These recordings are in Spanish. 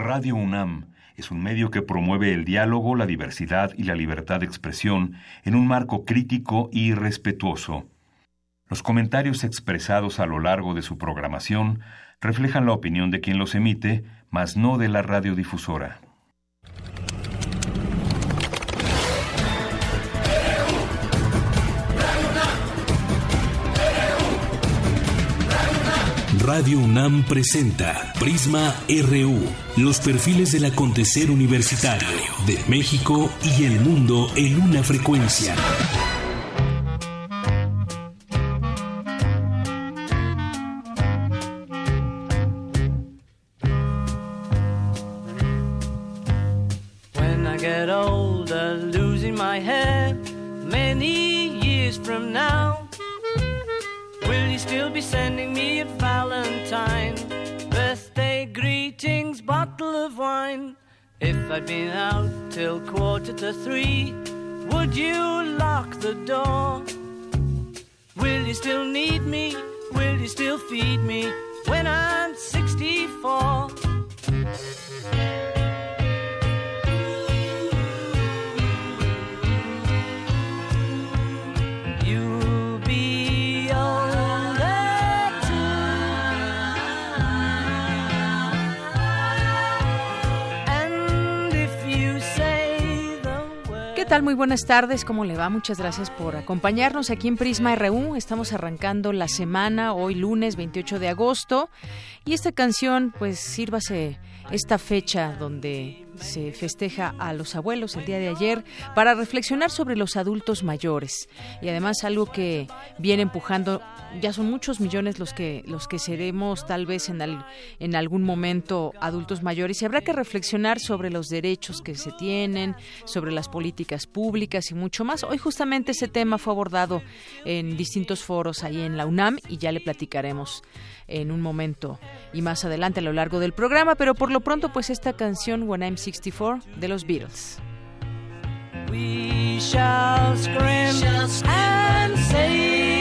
Radio UNAM es un medio que promueve el diálogo, la diversidad y la libertad de expresión en un marco crítico y respetuoso. Los comentarios expresados a lo largo de su programación reflejan la opinión de quien los emite, mas no de la radiodifusora. Radio UNAM presenta Prisma RU, los perfiles del acontecer universitario de México y el mundo en una frecuencia. When I get older, losing my hair, many years from now, will you still be sending me a Valentine? Birthday greetings, bottle of wine. If I'd been out till 2:45, would you lock the door? Will you still need me? Will you still feed me when I'm 64? ¿Qué tal? Muy buenas tardes, ¿cómo le va? Muchas gracias por acompañarnos aquí en Prisma RU. Estamos arrancando la semana, hoy lunes 28 de agosto, y esta canción, pues sírvase esta fecha donde se festeja a los abuelos el día de ayer para reflexionar sobre los adultos mayores, y además algo que viene empujando. Ya son muchos millones los que seremos tal vez en algún momento adultos mayores, y habrá que reflexionar sobre los derechos que se tienen, sobre las políticas públicas y mucho más. Hoy justamente ese tema fue abordado en distintos foros ahí en la UNAM, y ya le platicaremos en un momento y más adelante a lo largo del programa, pero por lo pronto pues esta canción When I'm 64 de los Beatles. We shall scream and say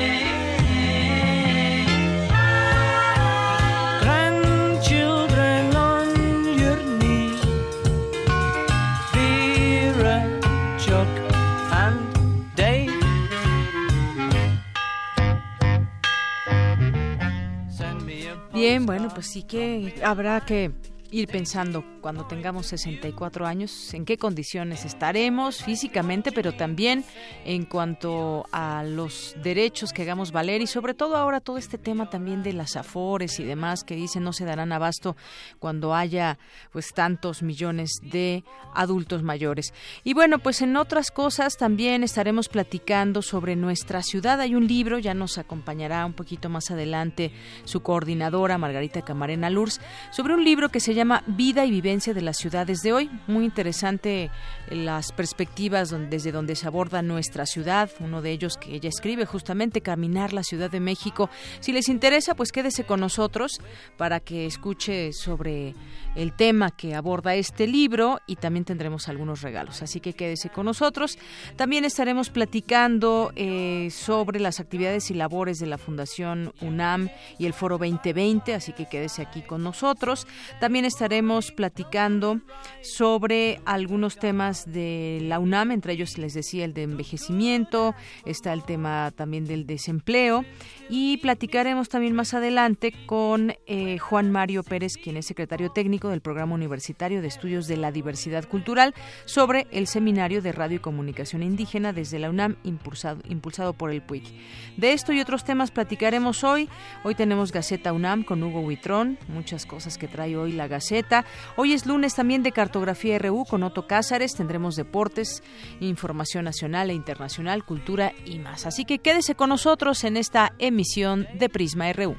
Bien, bueno, pues sí que habrá que ir pensando cuando tengamos 64 años en qué condiciones estaremos físicamente, pero también en cuanto a los derechos que hagamos valer, y sobre todo ahora todo este tema también de las afores y demás que dicen no se darán abasto cuando haya pues tantos millones de adultos mayores. Y bueno, pues en otras cosas también estaremos platicando sobre nuestra ciudad. Hay un libro, ya nos acompañará un poquito más adelante su coordinadora Margarita Camarena Lurs, sobre un libro que se llama Vida y Vivencia de las Ciudades de Hoy. Muy interesante las perspectivas desde donde se aborda nuestra ciudad. Uno de ellos que ella escribe justamente, Caminar la Ciudad de México. Si les interesa, pues quédese con nosotros para que escuche sobre el tema que aborda este libro, y también tendremos algunos regalos, así que quédese con nosotros. También estaremos platicando sobre las actividades y labores de la Fundación UNAM y el Foro 2020, así que quédese aquí con nosotros. También estaremos platicando sobre algunos temas de la UNAM, entre ellos les decía el de envejecimiento, está el tema también del desempleo, y platicaremos también más adelante con Juan Mario Pérez, quien es secretario técnico del Programa Universitario de Estudios de la Diversidad Cultural, sobre el Seminario de Radio y Comunicación Indígena desde la UNAM, impulsado por el PUIC. De esto y otros temas platicaremos hoy. Hoy tenemos Gaceta UNAM con Hugo Huitrón, muchas cosas que trae hoy la Gaceta. Hoy es lunes también de Cartografía RU con Otto Cázares. Tendremos deportes, información nacional e internacional, cultura y más. Así que quédese con nosotros en esta emisión de Prisma RU.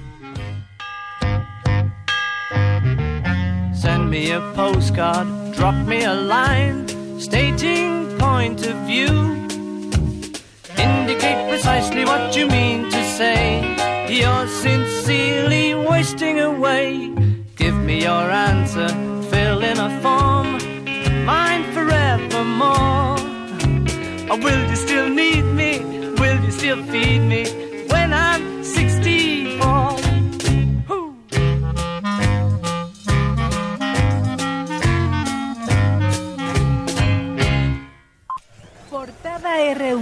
Send me a postcard, drop me a line, stating point of view. Indicate precisely what you mean to say. You're sincerely wasting away. Give me your answer, fill in a form, mine forevermore. Or will you still need me? Will you still feed me when I'm 64? RU.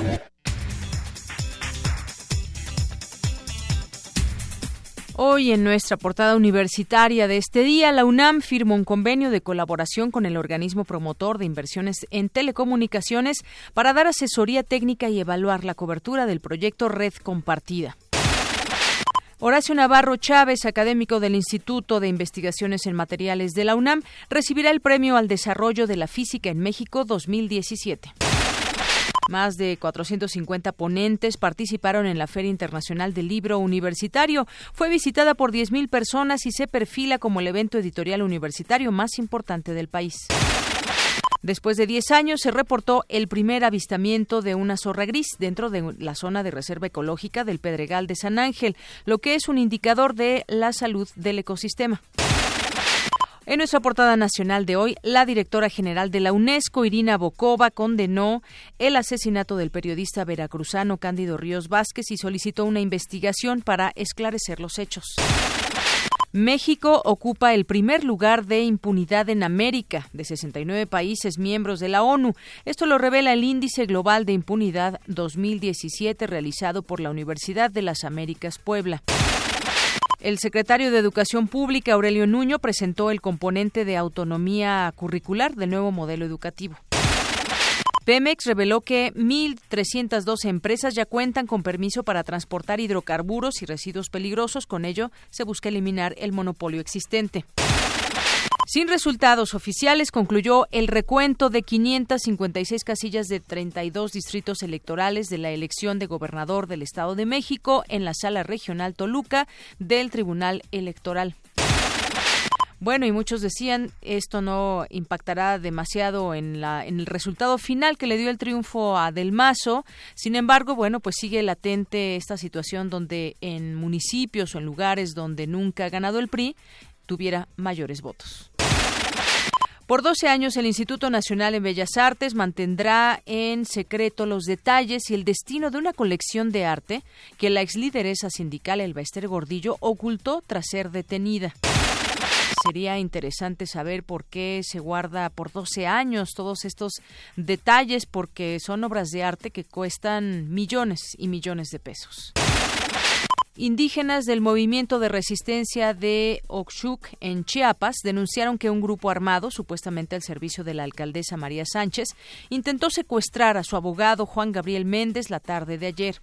Hoy en nuestra portada universitaria de este día, la UNAM firmó un convenio de colaboración con el organismo promotor de inversiones en telecomunicaciones para dar asesoría técnica y evaluar la cobertura del proyecto Red Compartida. Horacio Navarro Chávez, académico del Instituto de Investigaciones en Materiales de la UNAM, recibirá el Premio al Desarrollo de la Física en México 2017. Más de 450 ponentes participaron en la Feria Internacional del Libro Universitario. Fue visitada por 10,000 personas y se perfila como el evento editorial universitario más importante del país. Después de 10 años se reportó el primer avistamiento de una zorra gris dentro de la zona de reserva ecológica del Pedregal de San Ángel, lo que es un indicador de la salud del ecosistema. En nuestra portada nacional de hoy, la directora general de la UNESCO, Irina Bokova, condenó el asesinato del periodista veracruzano Cándido Ríos Vázquez y solicitó una investigación para esclarecer los hechos. México ocupa el primer lugar de impunidad en América, de 69 países miembros de la ONU. Esto lo revela el Índice Global de Impunidad 2017 realizado por la Universidad de las Américas Puebla. El secretario de Educación Pública, Aurelio Nuño, presentó el componente de autonomía curricular del nuevo modelo educativo. Pemex reveló que 1,312 empresas ya cuentan con permiso para transportar hidrocarburos y residuos peligrosos. Con ello, se busca eliminar el monopolio existente. Sin resultados oficiales, concluyó el recuento de 556 casillas de 32 distritos electorales de la elección de gobernador del Estado de México en la Sala Regional Toluca del Tribunal Electoral. Bueno, y muchos decían esto no impactará demasiado en el resultado final que le dio el triunfo a Del Mazo. Sin embargo, bueno, pues sigue latente esta situación donde en municipios o en lugares donde nunca ha ganado el PRI tuviera mayores votos. Por 12 años, el Instituto Nacional en Bellas Artes mantendrá en secreto los detalles y el destino de una colección de arte que la exlideresa sindical Elba Ester Gordillo ocultó tras ser detenida. Sería interesante saber por qué se guarda por 12 años todos estos detalles, porque son obras de arte que cuestan millones y millones de pesos. Indígenas del movimiento de resistencia de Oxuc en Chiapas denunciaron que un grupo armado, supuestamente al servicio de la alcaldesa María Sánchez, intentó secuestrar a su abogado Juan Gabriel Méndez la tarde de ayer.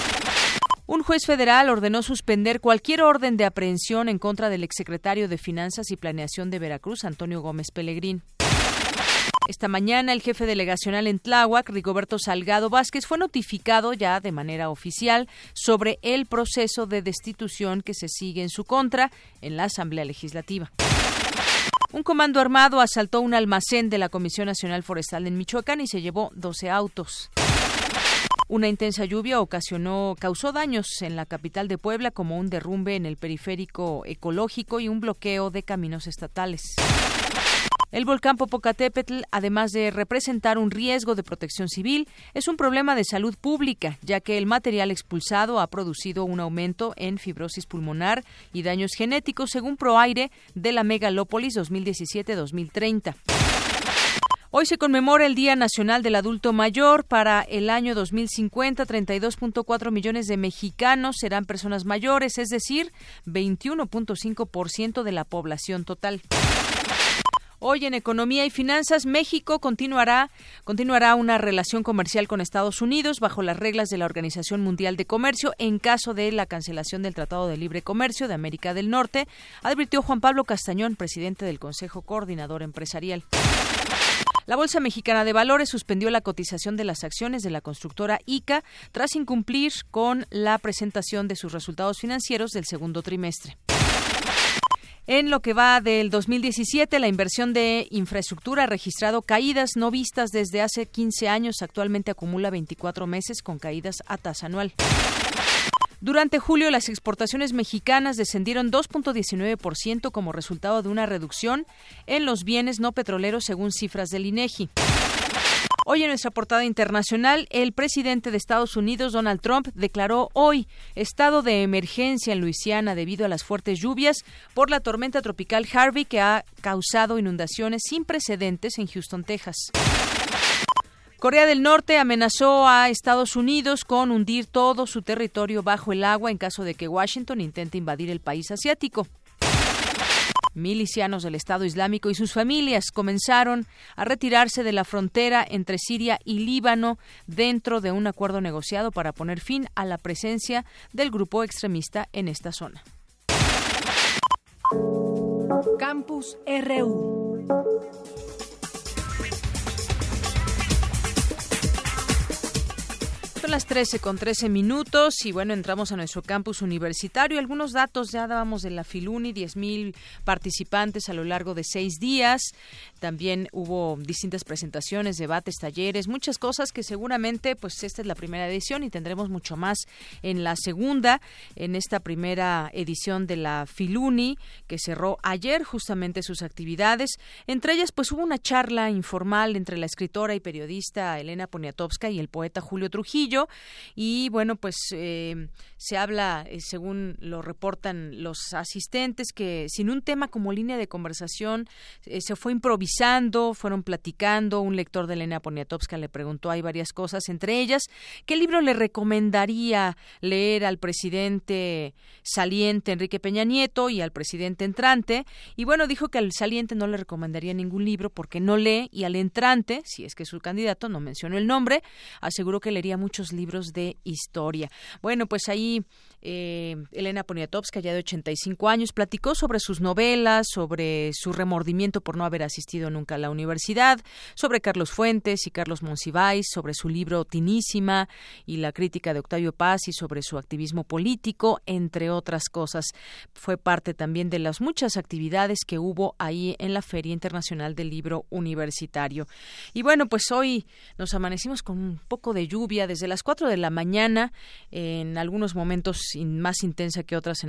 Un juez federal ordenó suspender cualquier orden de aprehensión en contra del exsecretario de Finanzas y Planeación de Veracruz, Antonio Gómez Pelegrín. Esta mañana, el jefe delegacional en Tláhuac, Rigoberto Salgado Vázquez, fue notificado ya de manera oficial sobre el proceso de destitución que se sigue en su contra en la Asamblea Legislativa. Un comando armado asaltó un almacén de la Comisión Nacional Forestal en Michoacán y se llevó 12 autos. Una intensa lluvia causó daños en la capital de Puebla, como un derrumbe en el periférico ecológico y un bloqueo de caminos estatales. El volcán Popocatépetl, además de representar un riesgo de protección civil, es un problema de salud pública, ya que el material expulsado ha producido un aumento en fibrosis pulmonar y daños genéticos, según ProAire de la Megalópolis 2017-2030. Hoy se conmemora el Día Nacional del Adulto Mayor. Para el año 2050, 32.4 millones de mexicanos serán personas mayores, es decir, 21.5% de la población total. Hoy en Economía y Finanzas, México continuará una relación comercial con Estados Unidos bajo las reglas de la Organización Mundial de Comercio en caso de la cancelación del Tratado de Libre Comercio de América del Norte, advirtió Juan Pablo Castañón, presidente del Consejo Coordinador Empresarial. La Bolsa Mexicana de Valores suspendió la cotización de las acciones de la constructora ICA tras incumplir con la presentación de sus resultados financieros del segundo trimestre. En lo que va del 2017, la inversión de infraestructura ha registrado caídas no vistas desde hace 15 años. Actualmente acumula 24 meses con caídas a tasa anual. Durante julio, las exportaciones mexicanas descendieron 2.19% como resultado de una reducción en los bienes no petroleros, según cifras del INEGI. Hoy en nuestra portada internacional, el presidente de Estados Unidos, Donald Trump, declaró hoy estado de emergencia en Luisiana debido a las fuertes lluvias por la tormenta tropical Harvey, que ha causado inundaciones sin precedentes en Houston, Texas. Corea del Norte amenazó a Estados Unidos con hundir todo su territorio bajo el agua en caso de que Washington intente invadir el país asiático. Milicianos del Estado Islámico y sus familias comenzaron a retirarse de la frontera entre Siria y Líbano dentro de un acuerdo negociado para poner fin a la presencia del grupo extremista en esta zona. Campus RU. Son las 13:13 y bueno, entramos a nuestro campus universitario. Algunos datos, ya dábamos de la Filuni, 10,000 participantes a lo largo de 6 días. También hubo distintas presentaciones, debates, talleres, muchas cosas que seguramente, pues esta es la primera edición y tendremos mucho más en la segunda, en esta primera edición de la Filuni, que cerró ayer justamente sus actividades. Entre ellas, pues hubo una charla informal entre la escritora y periodista Elena Poniatowska y el poeta Julio Trujillo. Y bueno, pues se habla, según lo reportan los asistentes, que sin un tema como línea de conversación se fue improvisando, fueron platicando. Un lector de Elena Poniatowska le preguntó, hay varias cosas, entre ellas, ¿qué libro le recomendaría leer al presidente saliente Enrique Peña Nieto y al presidente entrante? Y bueno, dijo que al saliente no le recomendaría ningún libro porque no lee, y al entrante, si es que es su candidato, no mencionó el nombre, aseguró que leería muchos libros de historia. Bueno, pues ahí Elena Poniatowska, ya de 85 años, platicó sobre sus novelas, sobre su remordimiento por no haber asistido nunca a la universidad, sobre Carlos Fuentes y Carlos Monsiváis, sobre su libro Tinísima y la crítica de Octavio Paz y sobre su activismo político, entre otras cosas. Fue parte también de las muchas actividades que hubo ahí en la Feria Internacional del Libro Universitario. Y bueno, pues hoy nos amanecimos con un poco de lluvia desde las 4 de la mañana, en algunos momentos más intensa que otras en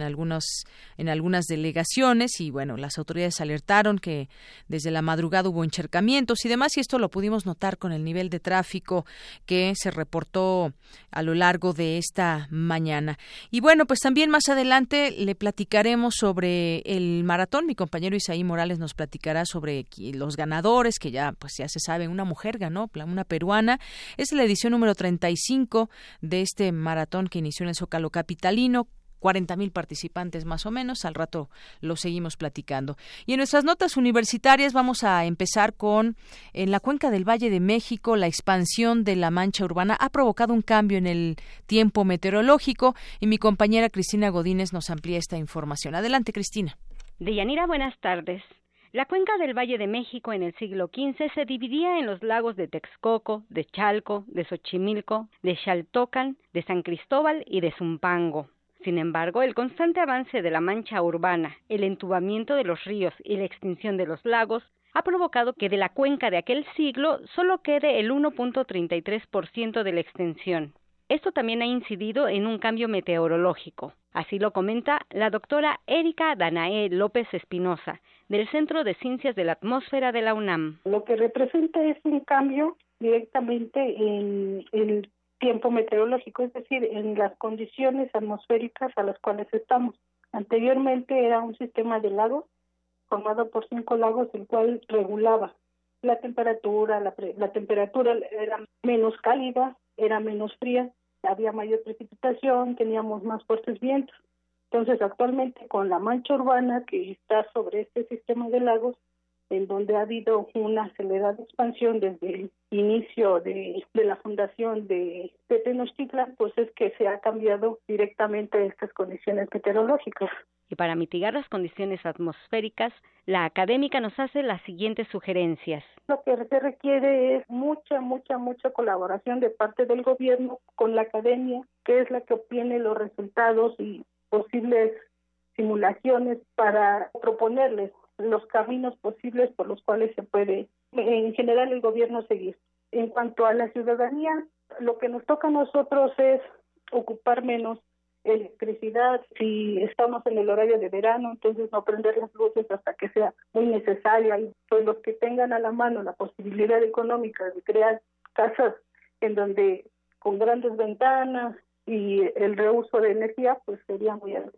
algunas delegaciones, y bueno, las autoridades alertaron que desde la madrugada hubo encharcamientos y demás, y esto lo pudimos notar con el nivel de tráfico que se reportó a lo largo de esta mañana. Y bueno, pues también más adelante le platicaremos sobre el maratón. Mi compañero Isaí Morales nos platicará sobre los ganadores, que ya se sabe, una mujer ganó, una peruana. Es la edición número 35 de este maratón que inició en el Zócalo capitalino. 40,000 participantes más o menos, al rato lo seguimos platicando. Y en nuestras notas universitarias vamos a empezar con, en la cuenca del Valle de México, la expansión de la mancha urbana ha provocado un cambio en el tiempo meteorológico, y mi compañera Cristina Godínez nos amplía esta información. Adelante, Cristina. Deyanira, buenas tardes. La cuenca del Valle de México en el siglo XV se dividía en los lagos de Texcoco, de Chalco, de Xochimilco, de Xaltocan, de San Cristóbal y de Zumpango. Sin embargo, el constante avance de la mancha urbana, el entubamiento de los ríos y la extinción de los lagos ha provocado que de la cuenca de aquel siglo solo quede el 1.33% de la extensión. Esto también ha incidido en un cambio meteorológico. Así lo comenta la doctora Erika Danae López Espinosa, del Centro de Ciencias de la Atmósfera de la UNAM. Lo que representa es un cambio directamente en el tiempo meteorológico, es decir, en las condiciones atmosféricas a las cuales estamos. Anteriormente era un sistema de lagos formado por 5 lagos, el cual regulaba la temperatura. La temperatura era menos cálida, era menos fría, había mayor precipitación, teníamos más fuertes vientos. Entonces, actualmente con la mancha urbana que está sobre este sistema de lagos, en donde ha habido una acelerada expansión desde el inicio de la fundación de Tenochtitlan, pues es que se ha cambiado directamente estas condiciones meteorológicas. Y para mitigar las condiciones atmosféricas, la académica nos hace las siguientes sugerencias. Lo que se requiere es mucha colaboración de parte del gobierno con la academia, que es la que obtiene los resultados y posibles simulaciones para proponerles los caminos posibles por los cuales se puede, en general, el gobierno seguir. En cuanto a la ciudadanía, lo que nos toca a nosotros es ocupar menos electricidad. Si estamos en el horario de verano, entonces no prender las luces hasta que sea muy necesaria, y pues los que tengan a la mano la posibilidad económica de crear casas en donde con grandes ventanas y el reuso de energía, pues sería muy adecuado.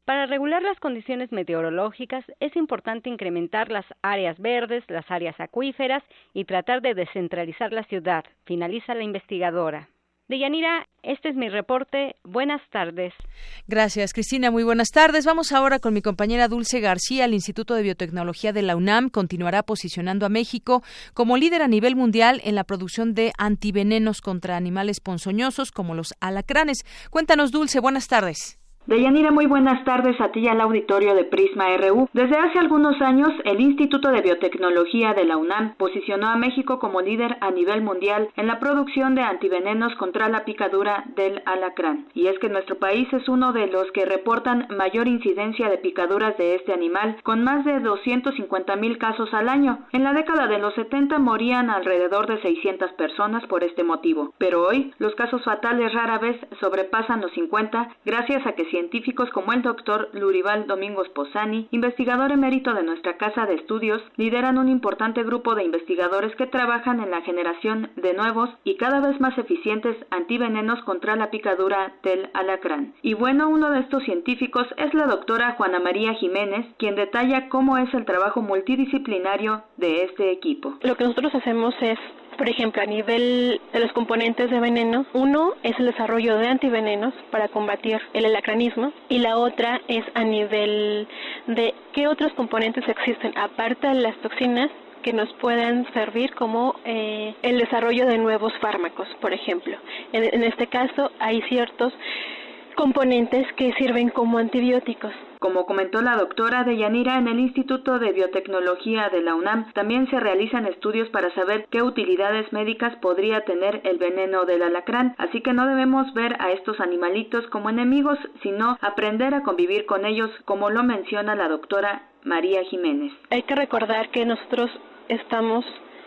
Para regular las condiciones meteorológicas es importante incrementar las áreas verdes, las áreas acuíferas y tratar de descentralizar la ciudad, finaliza la investigadora. Deyanira, este es mi reporte. Buenas tardes. Gracias, Cristina. Muy buenas tardes. Vamos ahora con mi compañera Dulce García. El Instituto de Biotecnología de la UNAM continuará posicionando a México como líder a nivel mundial en la producción de antivenenos contra animales ponzoñosos como los alacranes. Cuéntanos, Dulce. Buenas tardes. Deyanira, muy buenas tardes a ti y al auditorio de Prisma RU. Desde hace algunos años, el Instituto de Biotecnología de la UNAM posicionó a México como líder a nivel mundial en la producción de antivenenos contra la picadura del alacrán. Y es que nuestro país es uno de los que reportan mayor incidencia de picaduras de este animal, con más de 250,000 casos al año. En la década de los 70 morían alrededor de 600 personas por este motivo. Pero hoy, los casos fatales rara vez sobrepasan los 50, gracias a que científicos como el doctor Lurival Domingos Posani, investigador emérito de nuestra Casa de Estudios, lideran un importante grupo de investigadores que trabajan en la generación de nuevos y cada vez más eficientes antivenenos contra la picadura del alacrán. Y bueno, uno de estos científicos es la doctora Juana María Jiménez, quien detalla cómo es el trabajo multidisciplinario de este equipo. Lo que nosotros hacemos es, por ejemplo, a nivel de los componentes de veneno, uno es el desarrollo de antivenenos para combatir el alacranismo y la otra es a nivel de qué otros componentes existen aparte de las toxinas que nos puedan servir como el desarrollo de nuevos fármacos, por ejemplo. En este caso hay ciertos componentes que sirven como antibióticos. Como comentó la doctora Deyanira, en el Instituto de Biotecnología de la UNAM también se realizan estudios para saber qué utilidades médicas podría tener el veneno del alacrán, así que no debemos ver a estos animalitos como enemigos, sino aprender a convivir con ellos, como lo menciona la doctora María Jiménez. Hay que recordar que nosotros estamos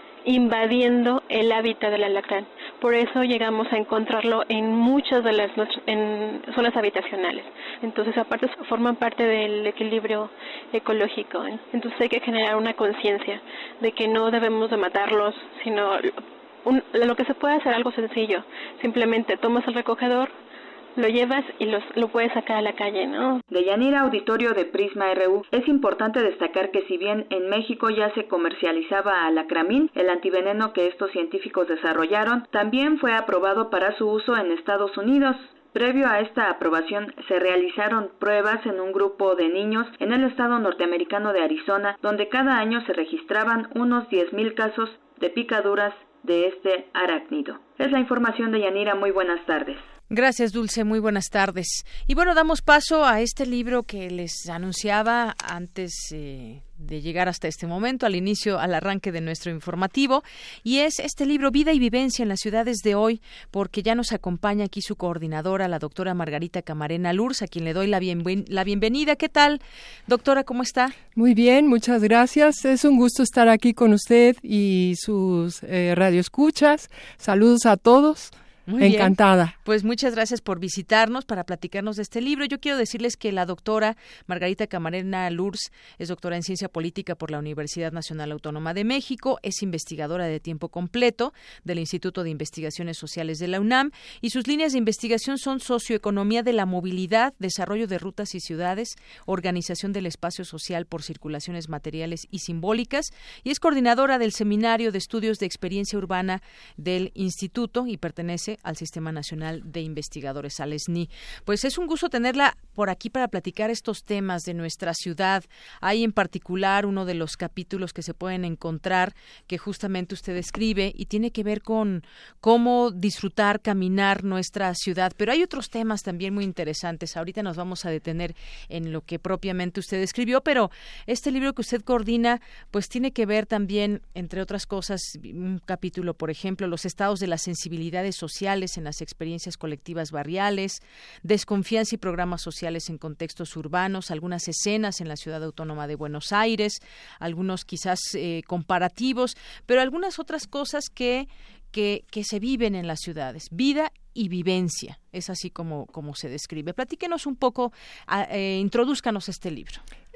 invadiendo el hábitat del alacrán. Por eso llegamos a encontrarlo en muchas de las en zonas habitacionales. Entonces, aparte, forman parte del equilibrio ecológico. Entonces, hay que generar una conciencia de que no debemos de matarlos, sino lo que se puede hacer algo sencillo. Simplemente tomas el recogedor, lo llevas y lo puedes sacar a la calle, ¿no? Deyanira, auditorio de Prisma RU, es importante destacar que si bien en México ya se comercializaba alacramín, el antiveneno que estos científicos desarrollaron, también fue aprobado para su uso en Estados Unidos. Previo a esta aprobación, se realizaron pruebas en un grupo de niños en el estado norteamericano de Arizona, donde cada año se registraban unos 10,000 casos de picaduras de este arácnido. Es la información de Yanira. Muy buenas tardes. Gracias, Dulce. Muy buenas tardes. Y bueno, damos paso a este libro que les anunciaba antes de llegar hasta este momento, al inicio, al arranque de nuestro informativo, y es este libro Vida y Vivencia en las Ciudades de Hoy, porque ya nos acompaña aquí su coordinadora, la doctora Margarita Camarena Lurs, a quien le doy la bienvenida. ¿Qué tal, doctora? ¿Cómo está? Muy bien, muchas gracias. Es un gusto estar aquí con usted y sus radioescuchas. Saludos a todos. Muy encantada. Bien. Pues muchas gracias por visitarnos para platicarnos de este libro. Yo quiero decirles que la doctora Margarita Camarena Lurs es doctora en Ciencia Política por la Universidad Nacional Autónoma de México, es investigadora de tiempo completo del Instituto de Investigaciones Sociales de la UNAM y sus líneas de investigación son socioeconomía de la movilidad, desarrollo de rutas y ciudades, organización del espacio social por circulaciones materiales y simbólicas, y es coordinadora del Seminario de Estudios de Experiencia Urbana del Instituto y pertenece al Sistema Nacional de Investigadores, al SNI. Pues es un gusto tenerla por aquí para platicar estos temas de nuestra ciudad. Hay en particular uno de los capítulos que se pueden encontrar que justamente usted escribe y tiene que ver con cómo disfrutar, caminar nuestra ciudad. Pero hay otros temas también muy interesantes. Ahorita nos vamos a detener en lo que propiamente usted escribió, pero este libro que usted coordina pues tiene que ver también, entre otras cosas, un capítulo, por ejemplo, los estados de las sensibilidades sociales en las experiencias colectivas barriales, desconfianza y programas sociales en contextos urbanos, algunas escenas en la Ciudad Autónoma de Buenos Aires, algunos quizás comparativos, pero algunas otras cosas que se viven en las ciudades, vida y vivencia, es así como se describe. Platíquenos un poco, introdúzcanos este libro.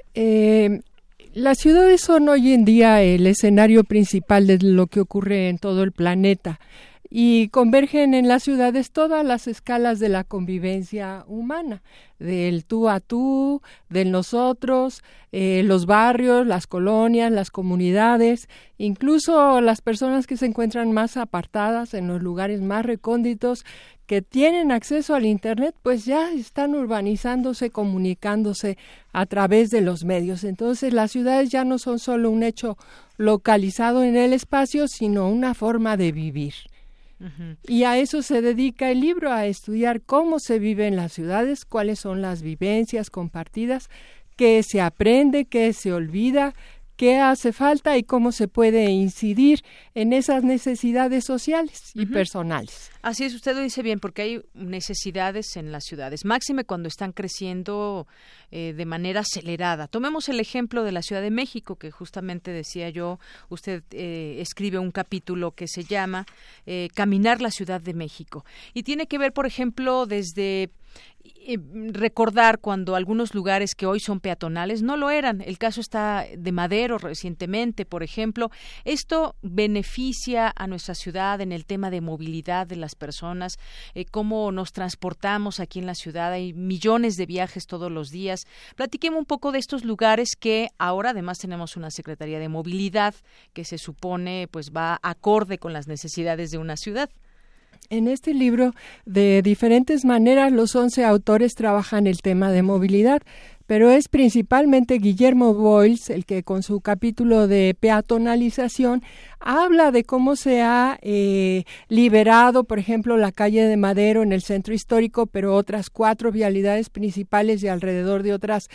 Las ciudades son hoy en día el escenario principal de lo que ocurre en todo el planeta. y convergen en las ciudades todas las escalas de la convivencia humana, del tú a tú, del nosotros, los barrios, las colonias, las comunidades, incluso las personas que se encuentran más apartadas en los lugares más recónditos, que tienen acceso al Internet, pues ya están urbanizándose, comunicándose a través de los medios. Entonces las ciudades ya no son solo un hecho localizado en el espacio, sino una forma de vivir. Uh-huh. Y a eso se dedica el libro, a estudiar cómo se vive en las ciudades, cuáles son las vivencias compartidas, qué se aprende, qué se olvida, qué hace falta y cómo se puede incidir en esas necesidades sociales y personales. Así es, usted lo dice bien, porque hay necesidades en las ciudades, máxime cuando están creciendo de manera acelerada. Tomemos el ejemplo de la Ciudad de México, que justamente decía yo, usted escribe un capítulo que se llama Caminar la Ciudad de México, y tiene que ver, por ejemplo, desde recordar cuando algunos lugares que hoy son peatonales no lo eran. El caso está de Madero recientemente, por ejemplo. Esto beneficia a nuestra ciudad en el tema de movilidad de las personas, cómo nos transportamos aquí en la ciudad. Hay millones de viajes todos los días. Platiquemos un poco de estos lugares que ahora además tenemos una Secretaría de Movilidad que se supone pues va acorde con las necesidades de una ciudad. En este libro, de diferentes maneras, los 11 autores trabajan el tema de movilidad, pero es principalmente Guillermo Boyles el que con su capítulo de peatonalización habla de cómo se ha liberado, por ejemplo, la calle de Madero en el centro histórico, pero otras 4 vialidades principales y alrededor de otras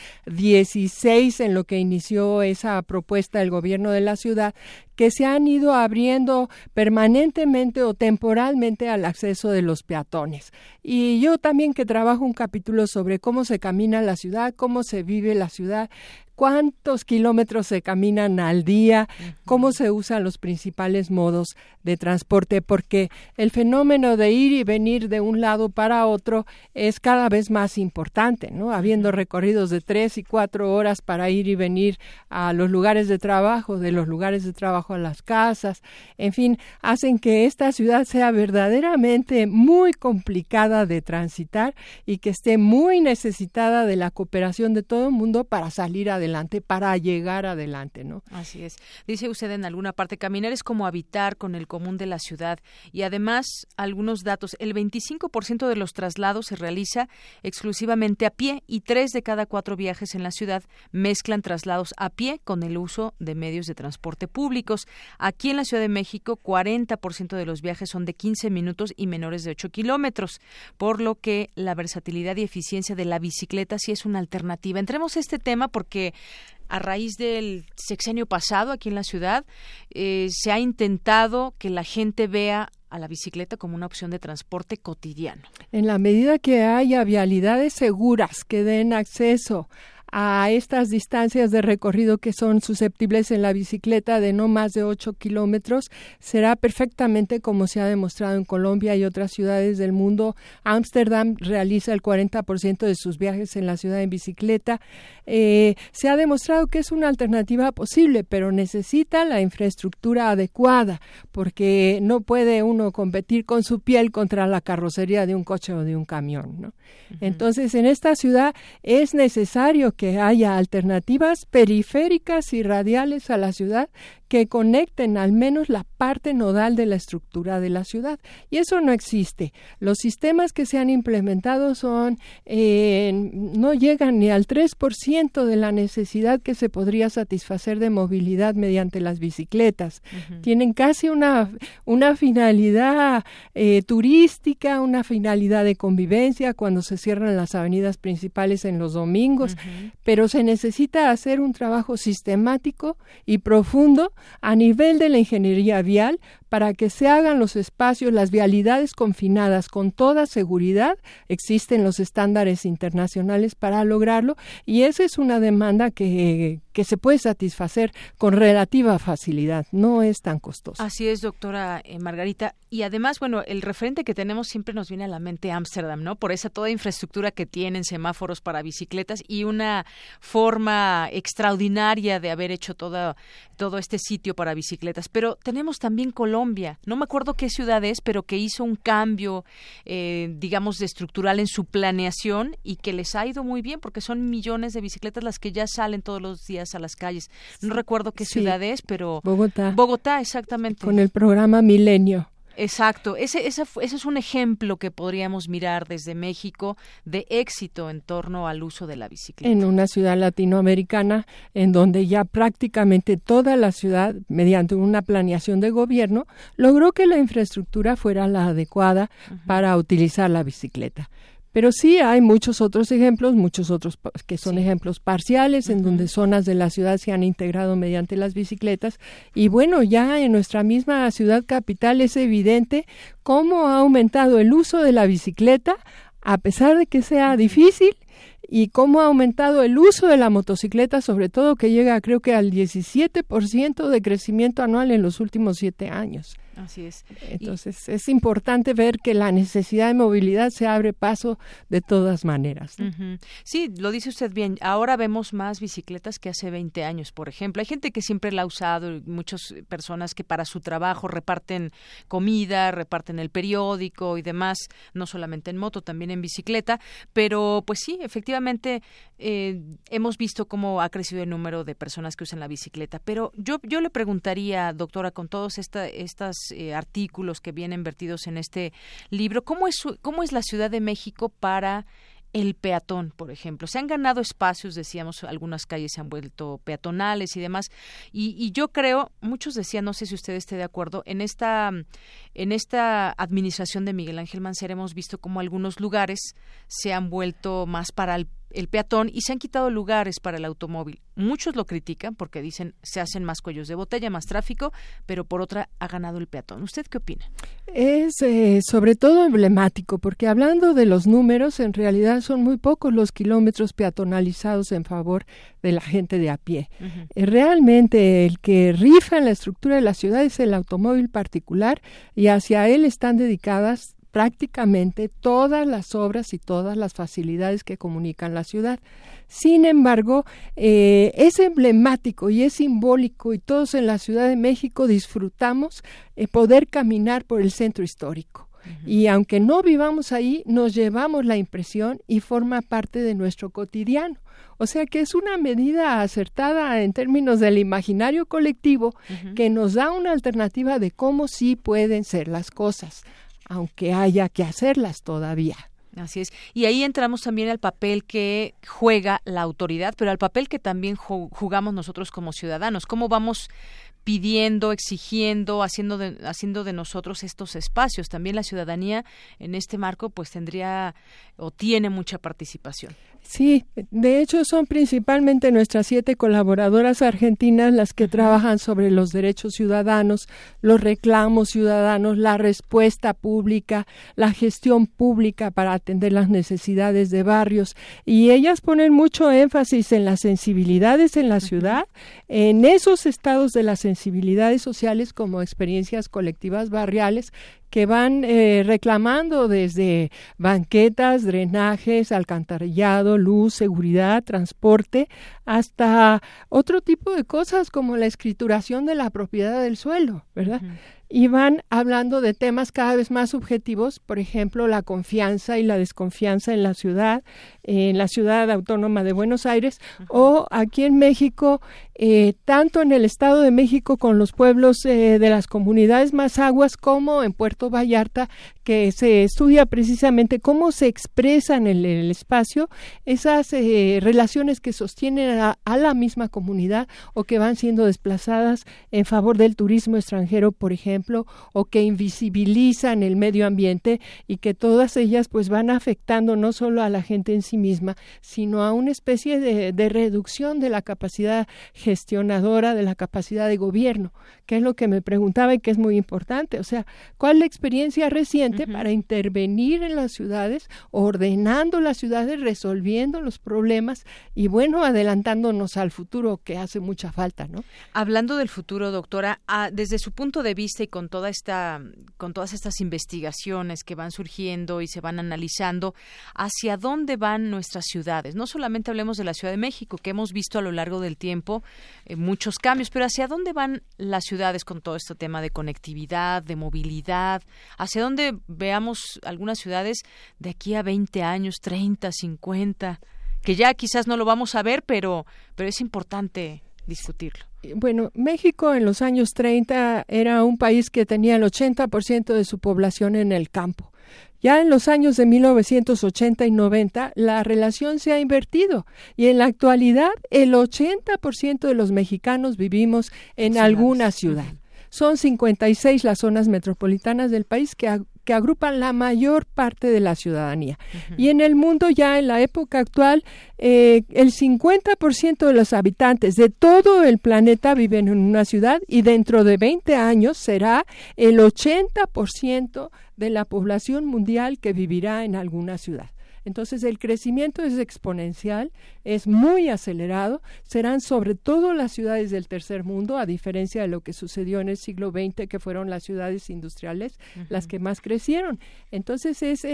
16 en lo que inició esa propuesta del gobierno de la ciudad, que se han ido abriendo permanentemente o temporalmente al acceso de los peatones. Y yo también, que trabajo un capítulo sobre cómo se camina la ciudad, cómo se vive la ciudad, cuántos kilómetros se caminan al día, cómo se usan los principales modos de transporte, porque el fenómeno de ir y venir de un lado para otro es cada vez más importante, ¿no? Habiendo recorridos de 3 y 4 horas para ir y venir a los lugares de trabajo, de los lugares de trabajo a las casas, en fin, hacen que esta ciudad sea verdaderamente muy complicada de transitar y que esté muy necesitada de la cooperación de todo el mundo para salir adelante, para llegar adelante, ¿no? Así es. Dice usted en alguna parte, caminar es como habitar con el común de la ciudad, y además algunos datos, el 25% de los traslados se realiza exclusivamente a pie y 3 de cada 4 viajes en la ciudad mezclan traslados a pie con el uso de medios de transporte públicos. Aquí en la Ciudad de México, 40% de los viajes son de 15 minutos y menores de 8 kilómetros, por lo que la versatilidad y eficiencia de la bicicleta sí es una alternativa. Entremos a este tema porque a raíz del sexenio pasado aquí en la ciudad se ha intentado que la gente vea a la bicicleta como una opción de transporte cotidiano. En la medida que haya vialidades seguras que den acceso a estas distancias de recorrido que son susceptibles en la bicicleta de no más de 8 kilómetros, será perfectamente como se ha demostrado en Colombia y otras ciudades del mundo. Ámsterdam realiza el 40% de sus viajes en la ciudad en bicicleta. Se ha demostrado que es una alternativa posible, pero necesita la infraestructura adecuada, porque no puede uno competir con su piel contra la carrocería de un coche o de un camión, ¿no? Entonces, en esta ciudad es necesario que haya alternativas periféricas y radiales a la ciudad que conecten al menos la parte nodal de la estructura de la ciudad. Y eso no existe. Los sistemas que se han implementado no llegan ni al 3% de la necesidad que se podría satisfacer de movilidad mediante las bicicletas. Tienen casi una finalidad turística, una finalidad de convivencia cuando se cierran las avenidas principales en los domingos, pero se necesita hacer un trabajo sistemático y profundo a nivel de la ingeniería vial para que se hagan los espacios, las vialidades confinadas con toda seguridad. Existen los estándares internacionales para lograrlo y esa es una demanda que se puede satisfacer con relativa facilidad, no es tan costoso. Así es, doctora Margarita, y además, bueno, el referente que tenemos siempre nos viene a la mente Ámsterdam, ¿no? Por esa toda infraestructura que tienen, semáforos para bicicletas y una forma extraordinaria de haber hecho todo este sitio para bicicletas, pero tenemos también Colombia, Colombia. No me acuerdo qué ciudad es, pero que hizo un cambio, digamos, de estructural en su planeación y que les ha ido muy bien porque son millones de bicicletas las que ya salen todos los días a las calles. No recuerdo qué ciudad es, pero... Bogotá, exactamente. Con el programa Milenio. Exacto, ese es un ejemplo que podríamos mirar desde México de éxito en torno al uso de la bicicleta. En una ciudad latinoamericana en donde ya prácticamente toda la ciudad, mediante una planeación de gobierno, logró que la infraestructura fuera la adecuada para utilizar la bicicleta. Pero sí hay muchos otros ejemplos, que son ejemplos parciales, en donde zonas de la ciudad se han integrado mediante las bicicletas. Y bueno, ya en nuestra misma ciudad capital es evidente cómo ha aumentado el uso de la bicicleta, a pesar de que sea difícil, y cómo ha aumentado el uso de la motocicleta, sobre todo que llega creo que al 17% de crecimiento anual en los últimos 7 años. Así es. Entonces es importante ver que la necesidad de movilidad se abre paso de todas maneras, ¿no? Sí, lo dice usted bien. Ahora vemos más bicicletas que hace 20 años, por ejemplo. Hay gente que siempre la ha usado, muchas personas que para su trabajo reparten comida, reparten el periódico y demás, no solamente en moto, también en bicicleta. Pero pues sí, efectivamente hemos visto cómo ha crecido el número de personas que usan la bicicleta. Pero yo le preguntaría, doctora, con todos estas artículos que vienen vertidos en este libro, ¿cómo es la Ciudad de México para el peatón, por ejemplo? Se han ganado espacios, decíamos, algunas calles se han vuelto peatonales y demás, y yo creo, muchos decían, no sé si usted esté de acuerdo, en esta administración de Miguel Ángel Mancera hemos visto cómo algunos lugares se han vuelto más para el peatón y se han quitado lugares para el automóvil. Muchos lo critican porque dicen se hacen más cuellos de botella, más tráfico, pero por otra ha ganado el peatón. ¿Usted qué opina? Es sobre todo emblemático porque hablando de los números, en realidad son muy pocos los kilómetros peatonalizados en favor de la gente de a pie. Realmente el que rifa en la estructura de la ciudad es el automóvil particular y hacia él están dedicadas prácticamente todas las obras y todas las facilidades que comunican la ciudad. Sin embargo, es emblemático y es simbólico y todos en la Ciudad de México disfrutamos poder caminar por el centro histórico. Y aunque no vivamos ahí, nos llevamos la impresión y forma parte de nuestro cotidiano. O sea que es una medida acertada en términos del imaginario colectivo que nos da una alternativa de cómo sí pueden ser las cosas, aunque haya que hacerlas todavía. Así es. Y ahí entramos también al papel que juega la autoridad, pero al papel que también jugamos nosotros como ciudadanos. ¿Cómo vamos pidiendo, exigiendo, haciendo de nosotros estos espacios? También la ciudadanía en este marco pues tendría o tiene mucha participación. Sí, de hecho son principalmente nuestras 7 colaboradoras argentinas las que trabajan sobre los derechos ciudadanos, los reclamos ciudadanos, la respuesta pública, la gestión pública para atender las necesidades de barrios, y ellas ponen mucho énfasis en las sensibilidades en la ciudad, en esos estados de las sensibilidades sociales como experiencias colectivas barriales que van reclamando desde banquetas, drenajes, alcantarillado, luz, seguridad, transporte, hasta otro tipo de cosas como la escrituración de la propiedad del suelo, ¿verdad? Y van hablando de temas cada vez más subjetivos, por ejemplo, la confianza y la desconfianza en la ciudad autónoma de Buenos Aires, o aquí en México, tanto en el Estado de México con los pueblos de las comunidades más aguas, como en Puerto Vallarta, que se estudia precisamente cómo se expresan en el espacio esas relaciones que sostienen a la misma comunidad o que van siendo desplazadas en favor del turismo extranjero, por ejemplo, o que invisibilizan el medio ambiente, y que todas ellas pues van afectando no solo a la gente en sí misma, sino a una especie de reducción de la capacidad gestionadora, de la capacidad de gobierno, que es lo que me preguntaba y que es muy importante. O sea, ¿cuál es la experiencia reciente para intervenir en las ciudades, ordenando las ciudades, resolviendo los problemas y, bueno, adelantándonos al futuro, que hace mucha falta, ¿no? Hablando del futuro, doctora, desde su punto de vista y con todas estas investigaciones que van surgiendo y se van analizando, ¿hacia dónde van van nuestras ciudades? No solamente hablemos de la Ciudad de México, que hemos visto a lo largo del tiempo muchos cambios, pero ¿hacia dónde van las ciudades con todo este tema de conectividad, de movilidad? ¿Hacia dónde veamos algunas ciudades de aquí a 20 años, 30, 50? Que ya quizás no lo vamos a ver, pero es importante discutirlo. Bueno, México en los años 30 era un país que tenía el 80% de su población en el campo. Ya en los años de 1980 y 90 la relación se ha invertido y en la actualidad el 80% de los mexicanos vivimos en alguna ciudad. Son 56 las zonas metropolitanas del país que agrupan la mayor parte de la ciudadanía. Y en el mundo ya en la época actual, el 50% de los habitantes de todo el planeta viven en una ciudad y dentro de 20 años será el 80% de la población mundial que vivirá en alguna ciudad. Entonces el crecimiento es exponencial, es muy acelerado, serán sobre todo las ciudades del tercer mundo, a diferencia de lo que sucedió en el siglo XX, que fueron las ciudades industriales las que más crecieron. Entonces es